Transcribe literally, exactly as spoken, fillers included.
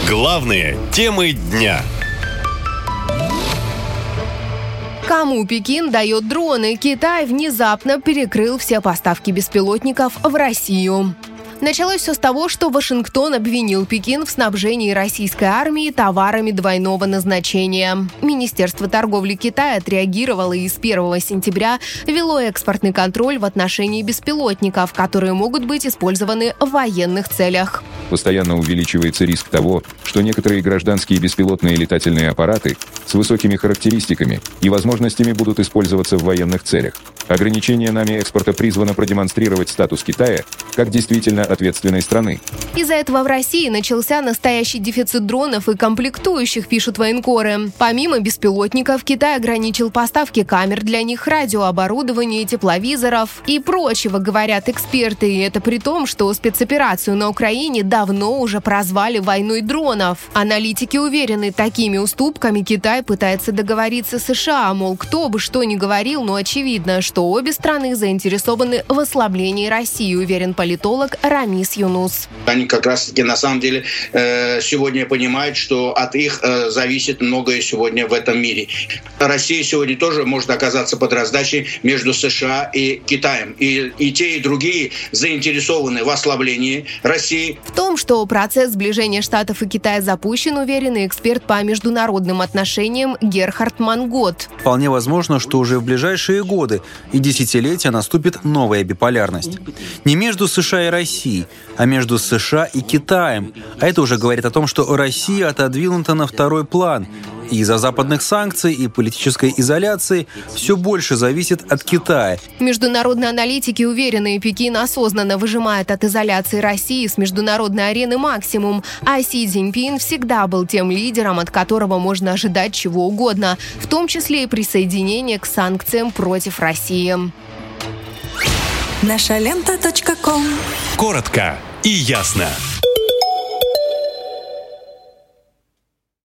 Главные темы дня. Кому Пекин дает дроны? Китай внезапно перекрыл все поставки беспилотников в Россию. Началось все с того, что Вашингтон обвинил Пекин в снабжении российской армии товарами двойного назначения. Министерство торговли Китая отреагировало и с первого сентября ввело экспортный контроль в отношении беспилотников, которые могут быть использованы в военных целях. Постоянно увеличивается риск того, что некоторые гражданские беспилотные летательные аппараты с высокими характеристиками и возможностями будут использоваться в военных целях. Ограничение нами экспорта призвано продемонстрировать статус Китая как действительно ответственной страны. Из-за этого в России начался настоящий дефицит дронов и комплектующих, пишут военкоры. Помимо беспилотников, Китай ограничил поставки камер для них, радиооборудования, тепловизоров и прочего, говорят эксперты. И это при том, что спецоперацию на Украине давно уже прозвали войной дронов. Аналитики уверены, такими уступками Китай пытается договориться с США. Мол, кто бы что ни говорил, но очевидно, что обе страны заинтересованы в ослаблении России, уверен политолог Рамис Юнус. Они как раз-таки на самом деле э, сегодня понимают, что от их э, зависит многое сегодня в этом мире. Россия сегодня тоже может оказаться под раздачей между США и Китаем. И, и те, и другие заинтересованы в ослаблении России. В том, что процесс сближения Штатов и Китая запущен, уверен эксперт по международным отношениям Герхард Мангот. Вполне возможно, что уже в ближайшие годы и десятилетия наступит новая биполярность. Не между США и Россией, а между США и Китаем. А это уже говорит о том, что Россия отодвинута на второй план. И из-за западных санкций и политической изоляции все больше зависит от Китая. Международные аналитики уверены, Пекин осознанно выжимает от изоляции России с международной арены максимум, а Си Цзиньпин всегда был тем лидером, от которого можно ожидать чего угодно, в том числе и присоединение к санкциям против России. наша лента точка ком. Коротко и ясно.